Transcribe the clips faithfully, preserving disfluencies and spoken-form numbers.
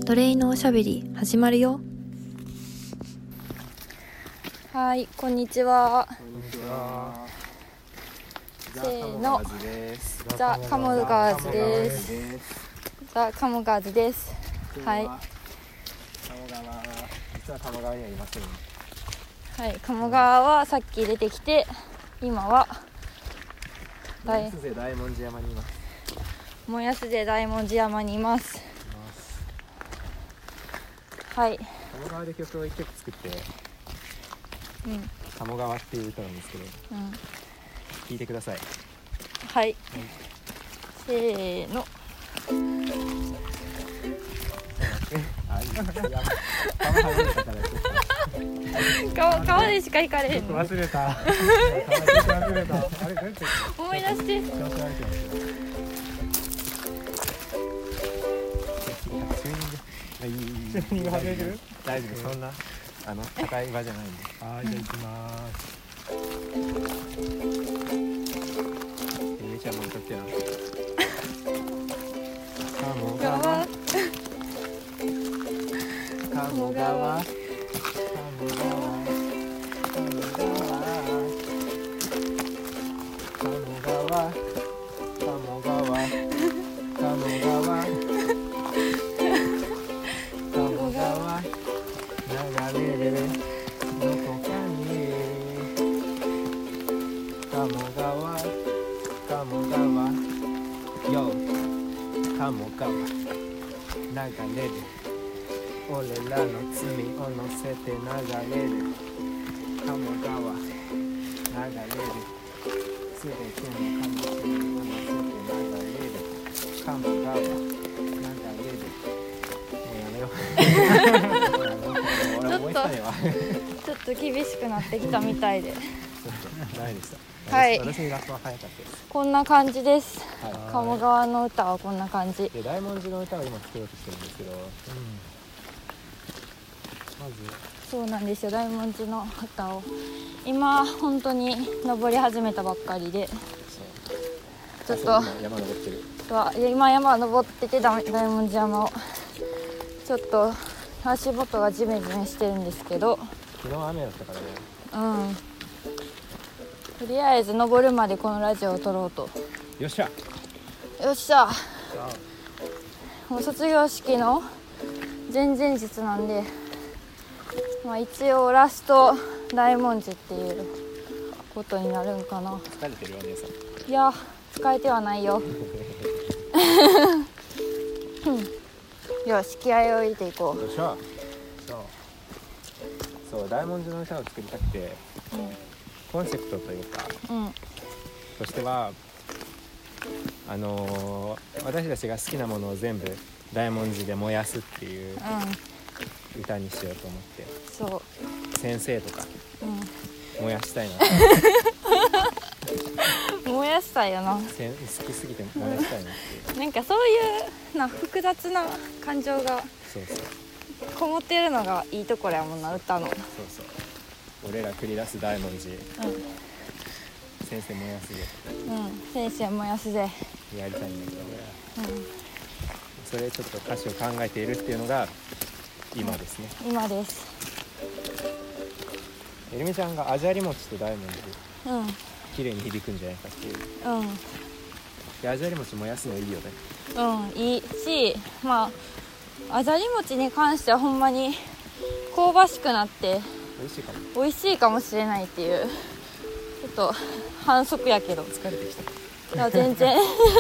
トレイのおしゃべり始まるよ。はい、こんにちは。 こんにちは。 せーの、ザ・カモガーズです。ザ・カモガーズです。はい。 鴨川、実は鴨川にはいません。 はい、鴨川はさっき出てきて、今は大安瀬大文字山にいます。 もやすで大文字山にいます。はい。 鴨川で曲を一曲作って、 うん、 鴨川っていう歌なんですけど、うん、聞いてください。 はい。はい、せーの。川, 川でしか行かれへんの。 忘れた。忘れた。あれ思い出して。 チューニング始めてる？大丈夫。そんなあの高い場じゃないんで。はい、じゃあ行きます。ゆみちゃんも歌ってな。鴨川。鴨川。鴨川流れる俺らの罪を乗せて流れる鴨川流れるすべての悲しみを乗せて流れる鴨川流れるもうやめよう。 ちょっとちょっと厳しくなってきたみたいで。ちょっとダメでした。 はい、 私ラップは早かったです。 こんな感じです。はい、鴨川の歌はこんな感じで、大文字の歌を今作ろうとしてるんですけど、うん、まずそうなんですよ。大文字の歌を今本当に登り始めたばっかりで、ちょっと山登ってる。 今山登ってて大文字山をちょっと足元がジメジメしてるんですけど、 昨日雨だったからね。 うん。とりあえず登るまでこのラジオを撮ろうと。 よっしゃよっしゃ。もう卒業式の前々日なんで、まあ、一応ラスト大文字っていうことになるんかな。 疲れてるお姉さん。 いや疲れてはないよ。よし気合を入れていこう。 よっしゃ。そうそう大文字の歌を作りたくて、うん、コンセプトというか、うん、としてはあのー、私たちが好きなものを全部大文字で燃やすっていう歌にしようと思って、 うん、そう先生とか、うん、燃やしたいな燃やしたいよな。好きすぎて燃やしたいなっていうなんかそういうな複雑な感情がそうそうこもってるのがいいところやもんな歌の。そうそう俺ら繰り出す大文字、うん、先生燃やすぜ。 うん先生燃やすぜやりたいんだけど、うん、それちょっと歌詞を考えているっていうのが今ですね、 うん、今です。 えりみちゃんがあじゃり餅と大文字で、 うん、 綺麗に響くんじゃないかっていう、 うん、 であじゃり餅燃やすのいいよね。 うんいいし、まああじゃり餅に関してはほんまに香ばしくなって美味しいかも美味しいかもしれないっていうちょっと反則やけど疲れてきた。 いや全然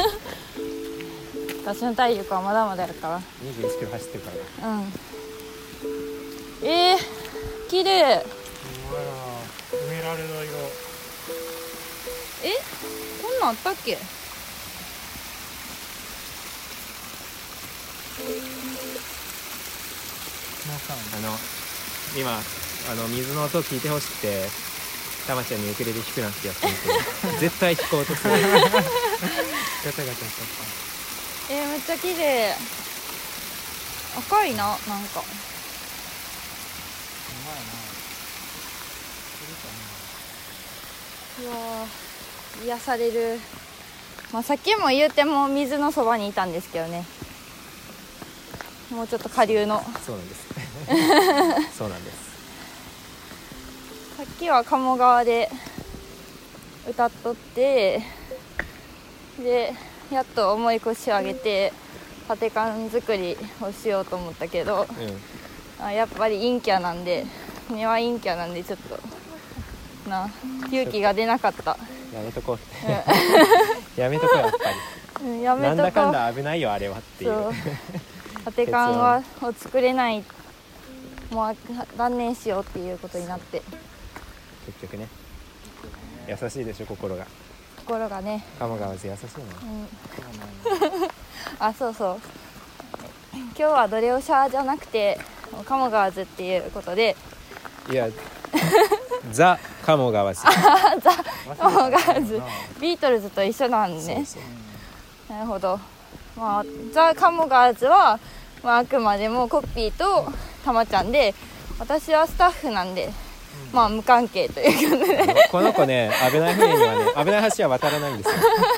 私の体力はまだまだやからにじゅういちキロ走ってるからね。うんえー、綺麗。 エメラルド色。 えこんなんあったっけ。 あの今あの水の音を聞いてほしくてたまちゃんにウクレレ弾くなんてやってるけど絶対弾こうとするガチャガチャしちゃった。 えー、めっちゃ綺麗。赤いななんか。いやー癒される。まあ、さっきも言うても水のそばにいたんですけどね。 もうちょっと下流の。 そうなんですそうなんです。 さっきは鴨川で歌っとって、でやっと重い腰を上げてパテカン作りをしようと思ったけど、うん、あやっぱり陰キャなんで、根は陰キャなんでちょっとな勇気が出なかった。 やめとこうってやめとこうやっぱり、うん、やめとこう。なんだかんだ危ないよあれはっていう。そうパテカンはを作れない、もう断念しようっていうことになって、 結局ね。優しいでしょ心が。 心がね。 鴨川津優しいの、うん、あそうそう、今日はドレオシャーじゃなくて鴨川津っていうことで、 いやザ鴨川津ザ鴨川津、ビートルズと一緒なんでね。そうそう、なるほど。まあ、ザ・鴨川津は、まあ、あくまでもコッピーとたまちゃんで、私はスタッフなんで、うん、まあ無関係ということでこの子ね、危ない船にはね、危ない橋は渡らないんですよ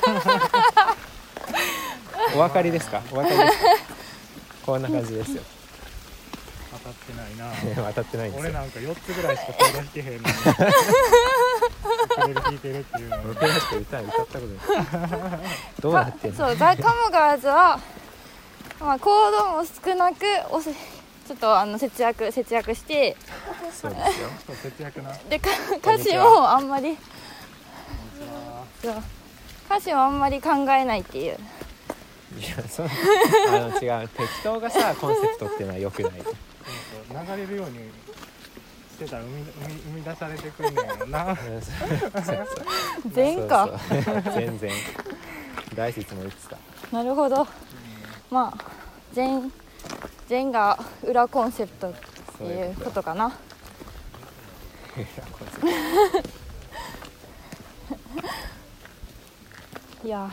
お分かりですか？お分かりですか？こんな感じですよ渡ってないな渡ってないんですよ。 俺なんかよっつぐらいしかコード弾けへんのにウクレレ弾いてるっていうの僕だって歌歌ったことないどうなってんの？ そう、ザ・鴨川津は、まあ、コードも少なくおせちょっとあの節約節約してそうですよ節約なで歌詞もあんまりそう歌詞もあんまり考えないっていう。 いやそうあの違う適当がさコンセプトっていうのは良くない。 そうそう流れるようにしてたら生み、生み、生み出されてくるんだよな全か全然大説も言ってた。 なるほど、うん、まあ全全が裏コンセプトっていうことかな。いや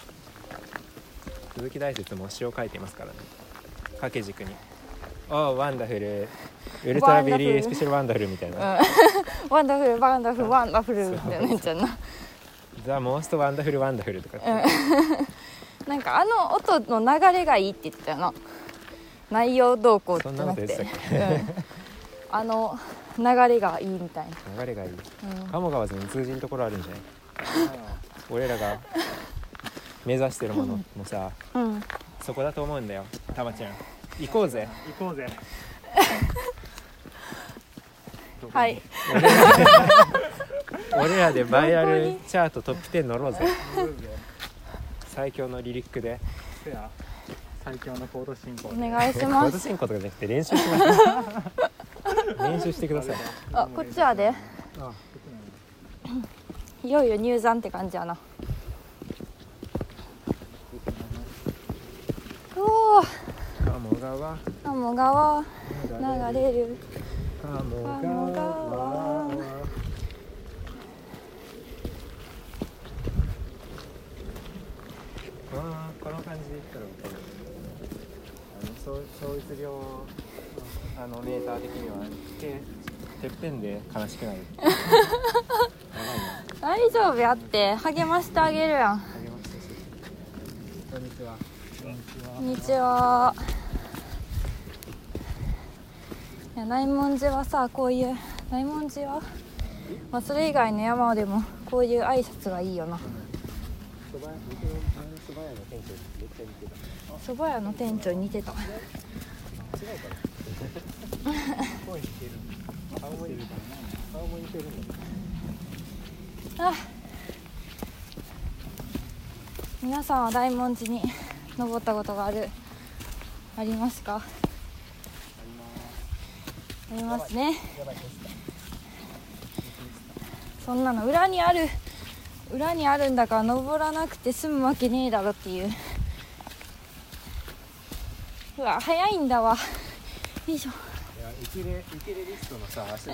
鈴木大説も詩を書いていますからね、掛け軸におーワンダフルウルトラビリースペシャルワンダフルみたいな、うん、 ワンダフルワンダフルワンダフルみたいなやつやな。 ザ・モーストワンダフルワンダフルとかって、 うん、なんかあの音の流れがいいって言ってたよな。内容動向ってなくて、うん、あの流れがいいみたいな。流れがいい、うん、鴨川津に通じるところあるんじゃない俺らが目指してるものもさ、うん、そこだと思うんだよ。たまちゃん行こうぜ行こうぜはい俺らで俺らでバイラルチャートトップテン乗ろうぜ最強のリリックで最強のコード進行お願いします。 コード進行とかじゃなくて練習します練習してください。 あ、こっちはで、あいよいよ入山って感じやな。おー鴨川鴨川流れる鴨川鴨川あこの感じでいったら分かる。あの創出量あのメーター的にはててっぺんで悲しくなる大丈夫やって励ましてあげるやん。 励ましてしこんにちはこんにちは。いや内門寺はさ、こういう内門寺は、まあ、それ以外の山でもこういう挨拶がいいよな。蕎麦屋の店長に似てた。あ、皆さんは大文字に登ったことがあるありますか？ありますね。そんなの裏にある裏にあるんだから登らなくて済むわけねえだろっていう。うわ早いんだわ。よいしょ。いやウクレウクレリストのさ足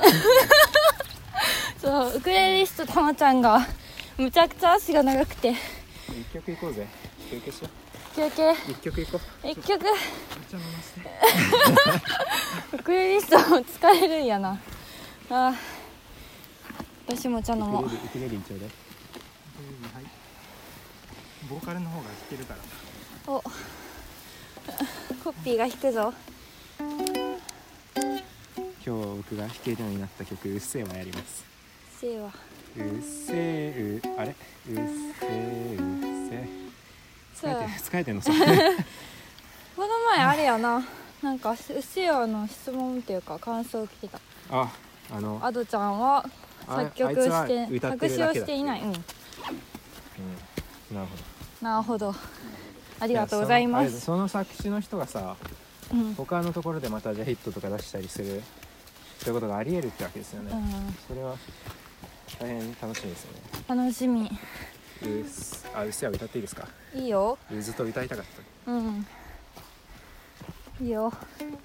そうウクレレリストたまちゃんがむちゃくちゃ足が長くて。 一曲行こうぜ。休憩しよう。 休憩。 一曲行こう。 一曲。 お茶飲ませて。 ウクレレリストも疲れるんやな。あ私も茶飲もう。 ウクレレちょうだい。 ボーカルの方が弾けるから。 おホッピーが弾くぞ。 今日僕が弾けるようになった曲「うっせぇわ」やります。 せいわ。 うっせぇうあれうっせぇうっせぇ疲れてる疲れてんのさこの前あれやな、なんかうっせいわの質問っていうか感想を聞いた。 ああのアドちゃんは作曲してああいつは歌ってるだけだ作詞をしていない。うん、 うん、なるほど。 なるほど。ありがとうございまやそのす。 その作詞の人がさ、 うん、 他のところでまたじゃあヒットとか出したりするそういうことがありえるってわけですよね、 うん、 それは大変楽しみですよね。 楽しみ。 うっすあうっせぇわ歌っていいですか。 いいよ。 ずっと歌いたかった。 うんいいよ。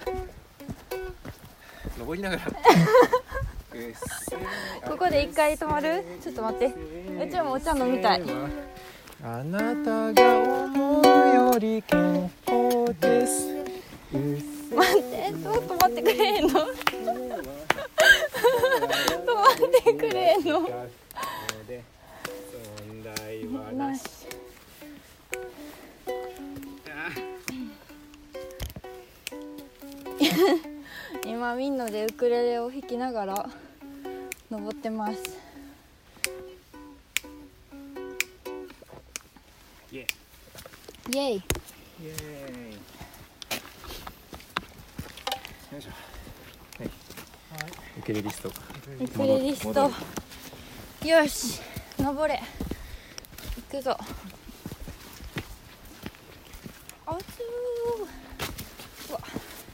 登りながらここで一回止まる。ちょっと待って、うちもお茶飲みたい。 あなたが思うより健康です。 待って、ちょっと待ってくれへんの止まってくれへんのなし。今みんなでウクレレを弾きながら登ってます。 イエイイエイ。 イエーイ。よいしょ。はい。ウクレリスト。 ウクレリスト。よし、登れ。行くぞ。あつー。うわ。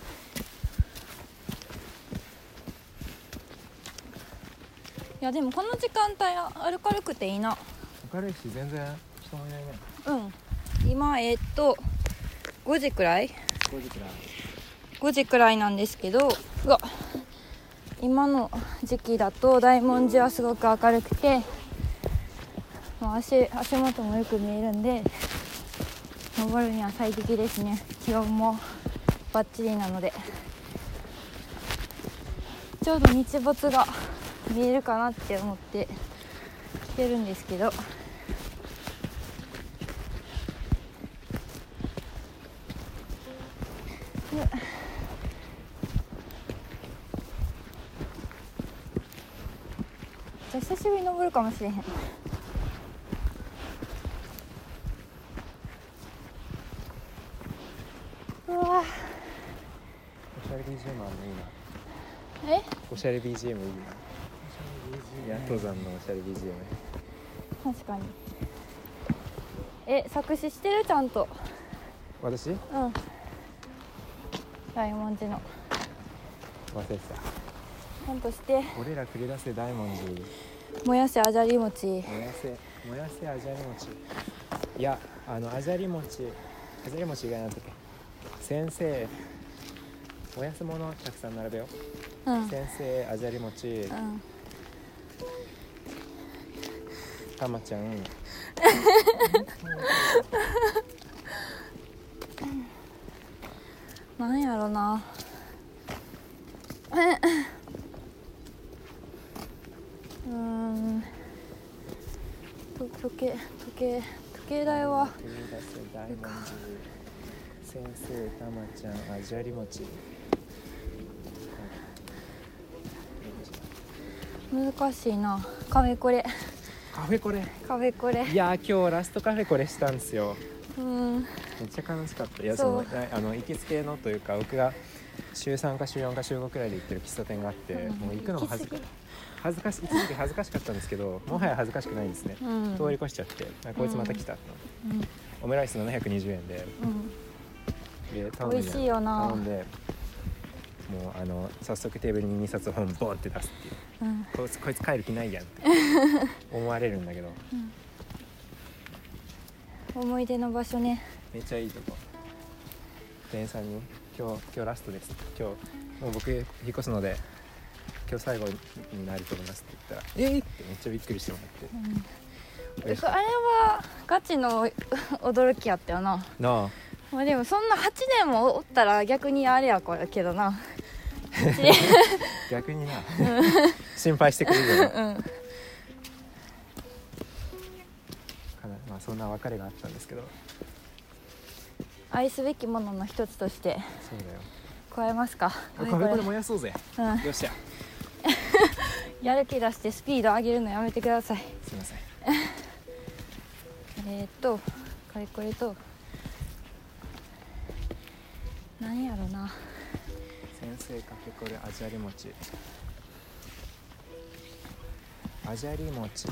いやでもこの時間帯明るくていいな。 明るいし全然人もいないね。 うん。今えー、っとごじくらい。 ごじくらい。 ごじくらいなんですけど、うわ。今の時期だと大文字はすごく明るくて、もう 足, 足元もよく見えるんで登るには最適ですね。気温もバッチリなので、ちょうど日没が見えるかなって思って来てるんですけど、じゃあ久しぶりに登るかもしれへん。うわおしゃれ ビージーエム あるのいいな。 えおしゃれ ビージーエム いいな。いや登山のおしゃれ ビージーエム。 確かに。え作詞してるちゃんと。 私？ うん。大文字の。 忘れてた。 ちゃんとして。 俺ら繰り出せ大文字。 もやせあじゃり餅。 もやせもやせあじゃり餅。いやあのあじゃり餅あじゃり餅以外なんだっけ。先生おやすものたくさん並べよう、うん、先生あじゃり餅、うん、たまちゃんなんやろなうーん時計時計時計台は先生たまちゃんあじゃり餅。 難しいな。カフェコレカフェコレカフェコレ。 いや今日ラストカフェコレしたんですよ。 うんめっちゃ楽しかった。いやそのあの行きつけのというか僕が週さんか週よんか週ごくらいで行ってる喫茶店があって、うん、もう行くのも恥ずか恥ずかしい一時期恥ずかしかったんですけど、もはや恥ずかしくないんですね、うん、通り越しちゃってこいつまた来た、うん、オムライスななひゃくにじゅうえんで、うん、で頼んで美味しいよな。 頼んでもうあの早速テーブルににさつ本ボンって出すっていう、うん、こいつ、こいつ帰る気ないやんって思われるんだけど、 うん、思い出の場所ね。 めっちゃいいとこ。店員さんに今日今日ラストです、今日もう僕引っ越すので今日最後になると思いますって言ったらえー、ってめっちゃびっくりしてもらって、 うん、あれはガチの驚きやったよな。 なあ、 まあ、でもそんなはちねんもおったら逆にあれやけどな逆にな心配してくれるよね、うん、まあそんな別れがあったんですけど、 愛すべきものの一つとしてそうだよ。 加えますか。 これこれ燃やそうぜ。 うん、 よっしゃ。 やる気出してスピード上げるのやめてください。 すいません。 えーっとこれこれと何やろな。 先生かけこれあじゃり餅。あじゃり餅。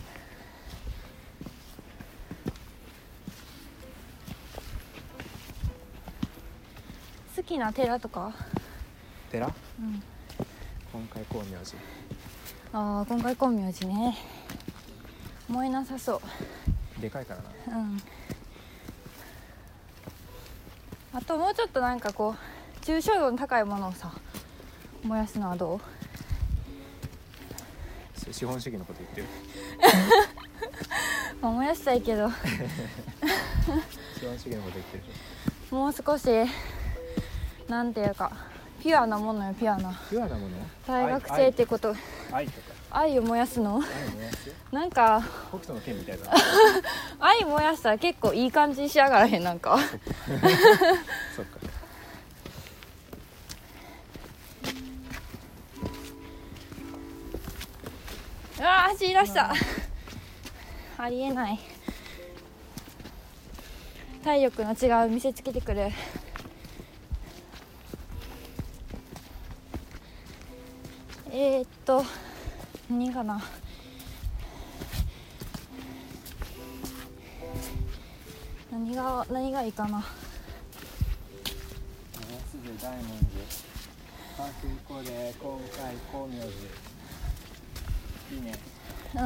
好きな寺とか。 寺？ うん。 今回光明寺。 ああ、今回光明寺ね。燃えなさそう。 でかいからな。 うん。あともうちょっとなんかこう抽象度の高いものをさ燃やすのはどう？ 資本主義のこと言ってる。 まあ、燃やしたいけど資本主義のこと言ってる。 もう少しなんていうかピュアなものよ。ピュアなピュアなもの？ 大学生ってこと。 愛とか。 愛を燃やすの？ 愛燃やす？ なんか北斗の拳みたいな。 愛燃やしたら結構いい感じに仕上がらへん？なんかそっか。 うわー走り出した。ありえない。体力の違う見せつけてくる。えー、っと何かな。何が何がいいかな。 燃やすぜ大文字。パーク以降で今回光明寺。いいね。 うん。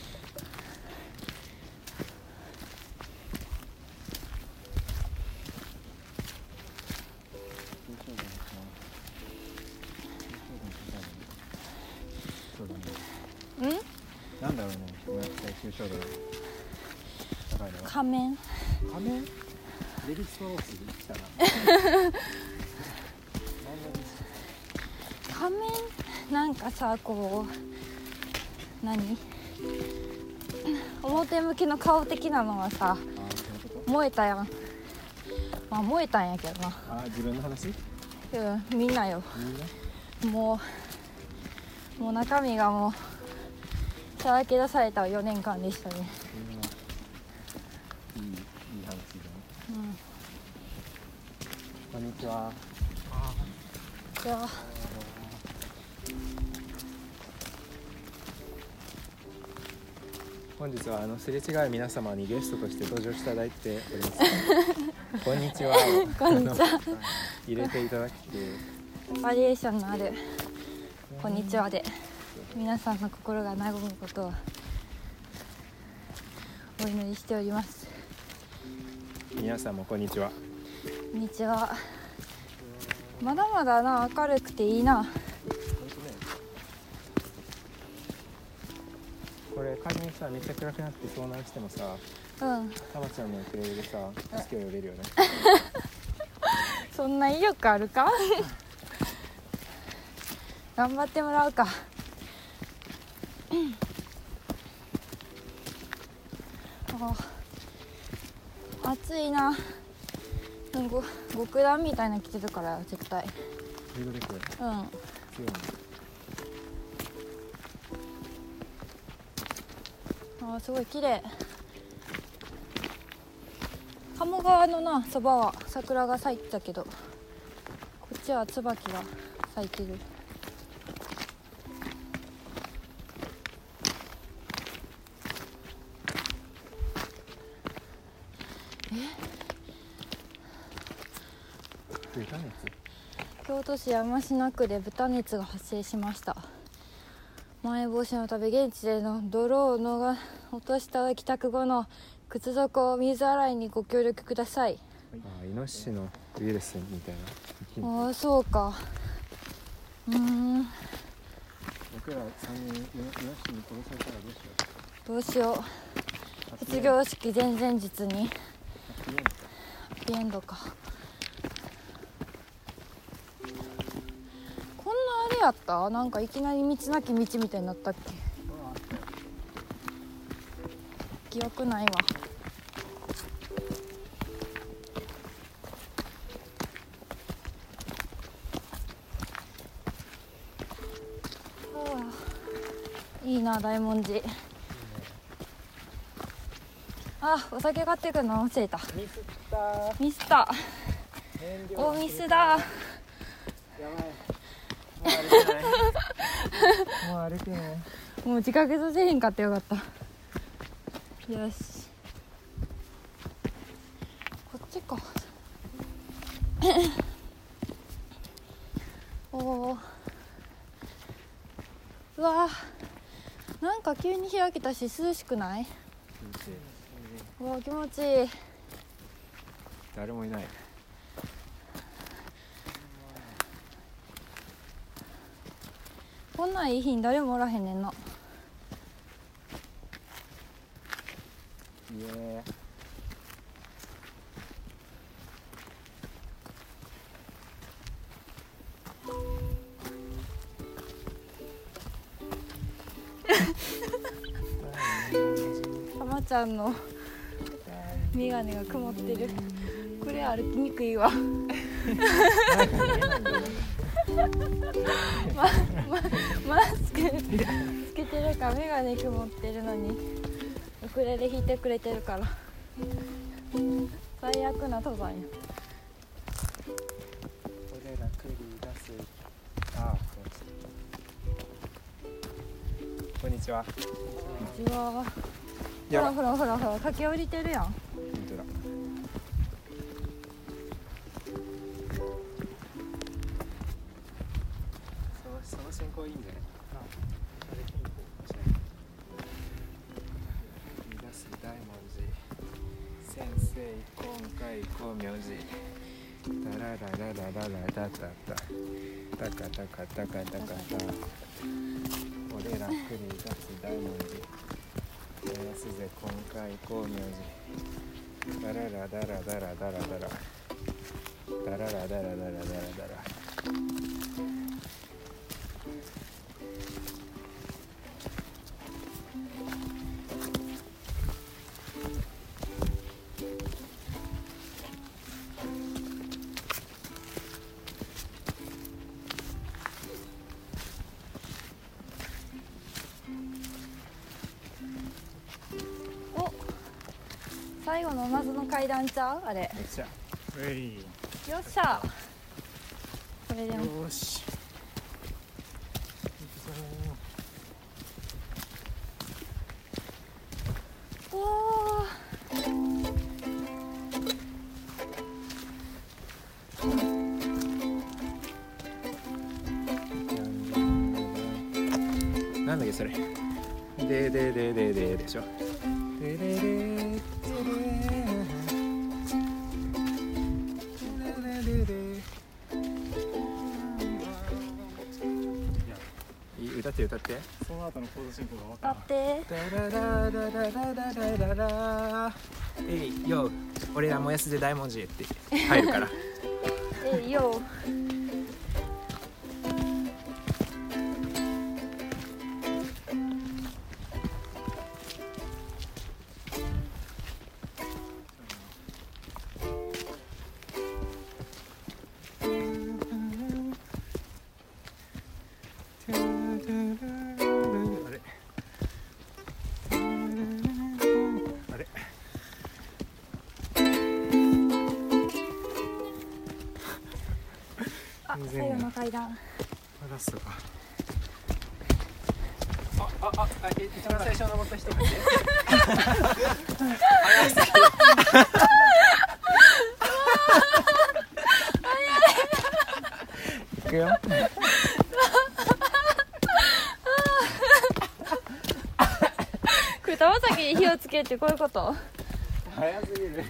うん？ なんだろうね。燃やしたい抽象度の高いのは。 仮面？ 仮面？レビストロースで来たな。 仮面なんかさこう何表向きの顔的なのはさ燃えたやん。まあ燃えたんやけどな。 あ、自分の話？ うん、みんなよ。 みんな？ もうもう中身がもうさらけ出されたよねんかんでしたね。 いいいい話だね。 うん。 こんにちは。 じゃあ本日はあのすれ違い皆様にゲストとして登場していただいております。こんにちは。 こんにちは。 入れていただきバリエーションのあるこんにちはで皆さんの心が和むことをお祈りしております。 皆さんもこんにちは。 こんにちは。まだまだな明るくていいな。 これ仮にさめっちゃ暗くなって遭難してもさ、 うん。 たまちゃんのウクレレでさ助けを呼べるよね。 そんな意欲あるか？頑張ってもらうか。あ、暑いな。なんか極暖みたいなの着てるから絶対。 リグレク。 うん。 強いね。 あ、すごい綺麗。鴨川のなそばは桜が咲いてたけど、こっちは椿が咲いてる。 豚熱？ 京都市山科区で豚熱が発生しました。まん延防止のため現地での泥をの落とした帰宅後の靴底を水洗いにご協力ください。 あ、イノシシのウイルスみたいな。 ああ、そうか。うーん。 僕らさんにんイノシシに殺されたらどうしよう。 どうしよう。卒業式前々日に。ハッピーエンドか。こんなあれやった？なんかいきなり道なき道みたいになったっけ？記憶ないわ。 いいな大文字。あ、お酒買ってくるの忘れた。 ミスったミスった燃料おミスだ。 やばい、もう歩けないもう歩けない。 もう自覚させへんかってよかった。よし、こっちか。おお、うわー、なんか急に開けたし涼しくない？うわ、気持ちいい。 誰もいない。 こんなんいい日に誰もおらへんねんな。 イエーたまちゃんの眼鏡が曇ってる。これ歩きにくいわ。ま、ま、マスクつけてるから眼鏡曇ってるのにウクレレ弾いてくれてるから最悪な登山や。 俺らクリ出す。あ、こんにちは。 こんにちは。ほやばらほらほらほら駆け下りてるやん。 本当だ。そのその進行いいんじゃない？出す大文字。先生今回光明寺。タララララララタタタ。タカタカタカタカタ。俺らクリ出す大文字。燃やすぜ今回光明寺。ダララダラダラダラダラダララダラダラダラダラ。 お、最後の謎の階段ちゃうあれ。 よっしゃ。 ういよっしゃ。これでもよーし。 おお。 なんだっけそれ。ででででででしょ。ででででで。歌って歌って。 その後のコード進行が分だからん。 ってダラダラダラダラダラ。えいよ、俺ら燃やすぜ大文字って入るから。 えいよ。 あれ。 あ、最後の階段。 ラストか。ああああ、え一番最初登った人がね。早すぎる。いくよ。 これ玉崎に火をつけってこういうこと？ 早すぎる。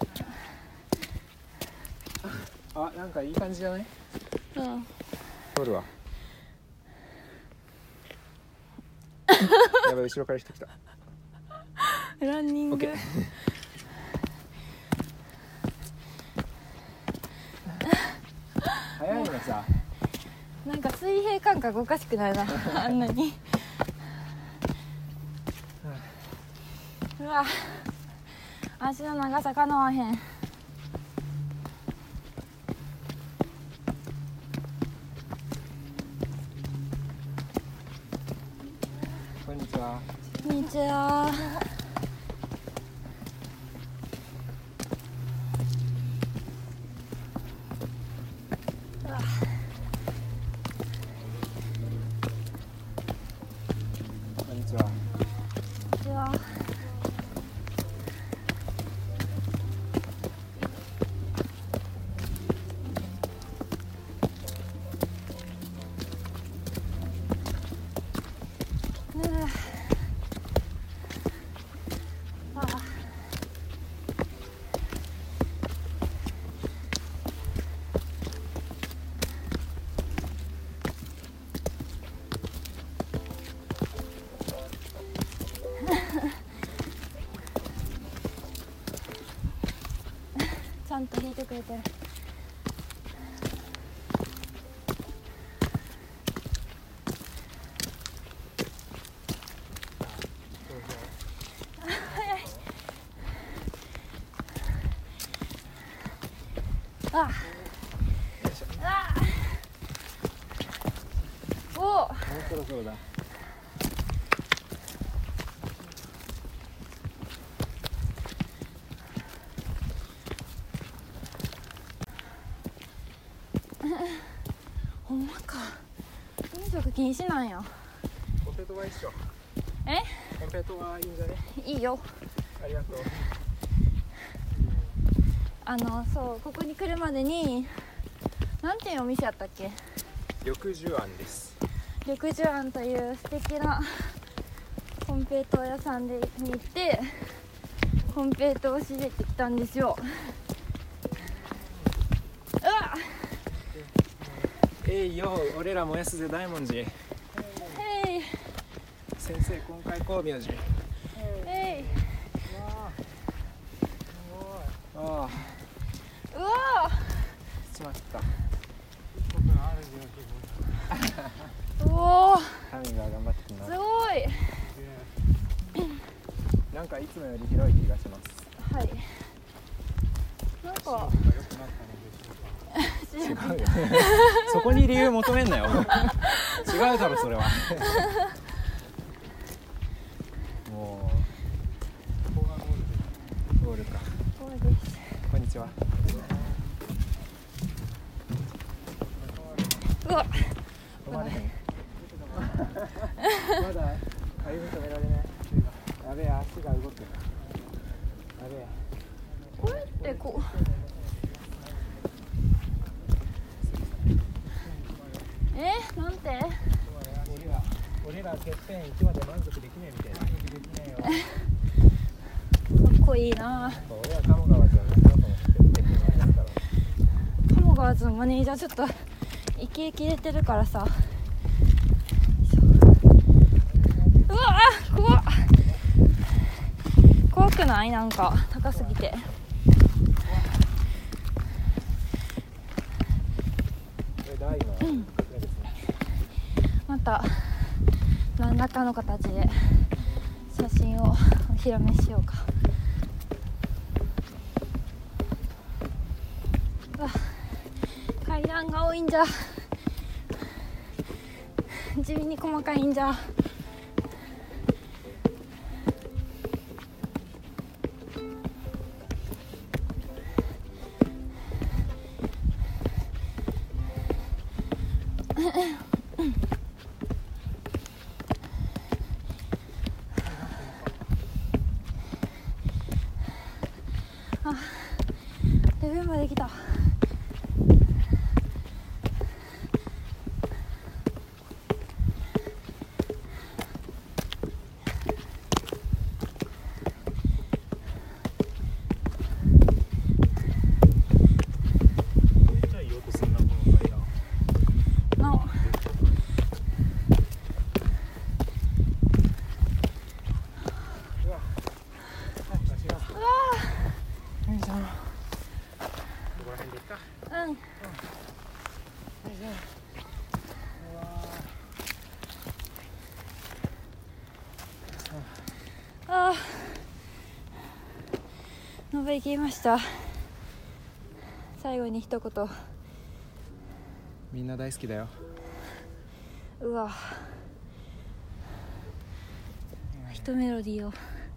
あ、なんかいい感じじゃない？ うん。 撮るわ。やばい、後ろから人来た。 ランニング。 オッケー。早いのさ。 なんか水平感覚おかしくなるな。あんなに。うわ。足の長さかなわへん。 こんには。 こんにちは。 こんにちは。 こんにちは。ちゃんと弾いてくれてる。あ、あ、お、 もうそろそろだ。 ほんまか。飲食禁止なんや。 コンペイトーは一緒。 え？ コンペイトーはいいんじゃね？ いいよ。 ありがとう。 あの、そう、ここに来るまでになんていうお店やったっけ？ 緑樹庵です。 緑樹庵という素敵なコンペイトー屋さんでに行ってコンペイトーを仕入れてきたんですよ。うわっ、 えいよ、俺ら燃やすぜ大文字。 へい先生今回光明寺。 へい。 ああ、 うわしまった。 ー、おお、 タミが頑張ってきますす。ごい。 なんかいつもより広い気がします。 はい。なんか違うよそこに理由求めんなよ違うだろそれはもうゴールか。 そうです。 こんにちは。 うわ、 止まれへんまだ歩み止められない。やべえ、足が動く。やべえ。 これってこう、え、なんて？ 俺ら俺らてっぺん行くまで満足できねえみたいな。満足できねえよ。 かっこいいな。 俺は鴨川じゃなくててっぺんにいますから。 鴨川津のマネージャーちょっとイケイケ入れてるからさ。うわ、怖っ。怖くない？なんか高すぎて。また何らかの形で写真をお披露目しようか。うわ、階段が多いんじゃ。地味に細かいんじゃ。あ、レベルまで来た。のうん。ああ、登り切りました。最後に一言。 みんな大好きだよ。 うわ、 一メロディーを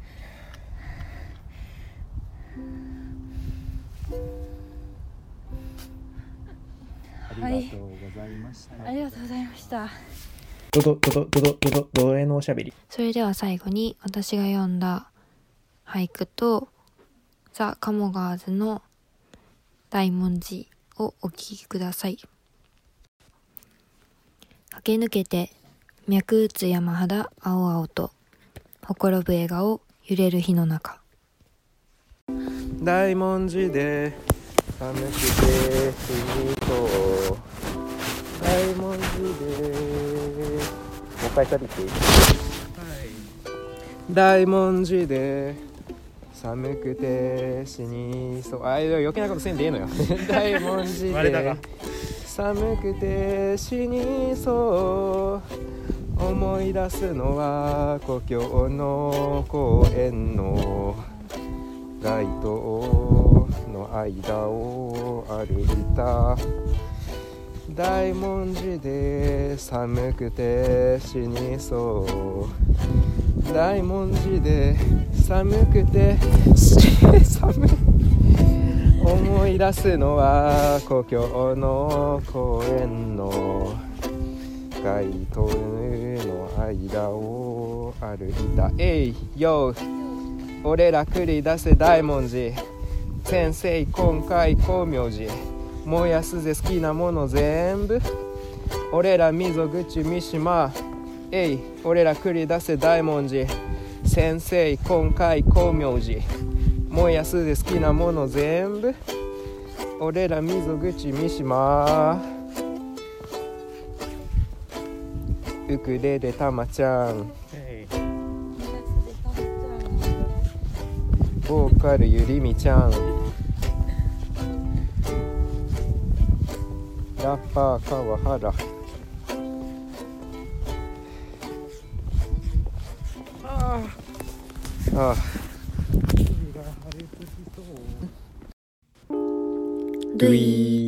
ありがとうございました、 ありがとうございました。 どどどどどどどどどえのおしゃべり。 それでは最後に私が読んだ俳句とザ・カモガーズの大文字をお聞きください。駆け抜けて脈打つ山肌青々とほころぶ笑顔揺れる日の中。 大文字で寒くて死にそう大文字でもう一回借りていい？大文字で寒くて死にそうあ余計なことせんでええのよ大文字で寒くて死にそう思い出すのは故郷の公園の街灯の間を歩いた大文字で寒くて死にそう大文字で寒くて寒い思い出すのは故郷の公園の街灯の間を歩いたえいよ俺ら繰り出せ大文字先生今回光明寺燃やすぜ好きなもの全部俺ら溝口三島えい俺ら繰り出せ大文字先生今回光明寺燃やすぜ好きなもの全部俺ら溝口三島ウクレレたまちゃんボーカルゆりみちゃんラッパー川原ああルイ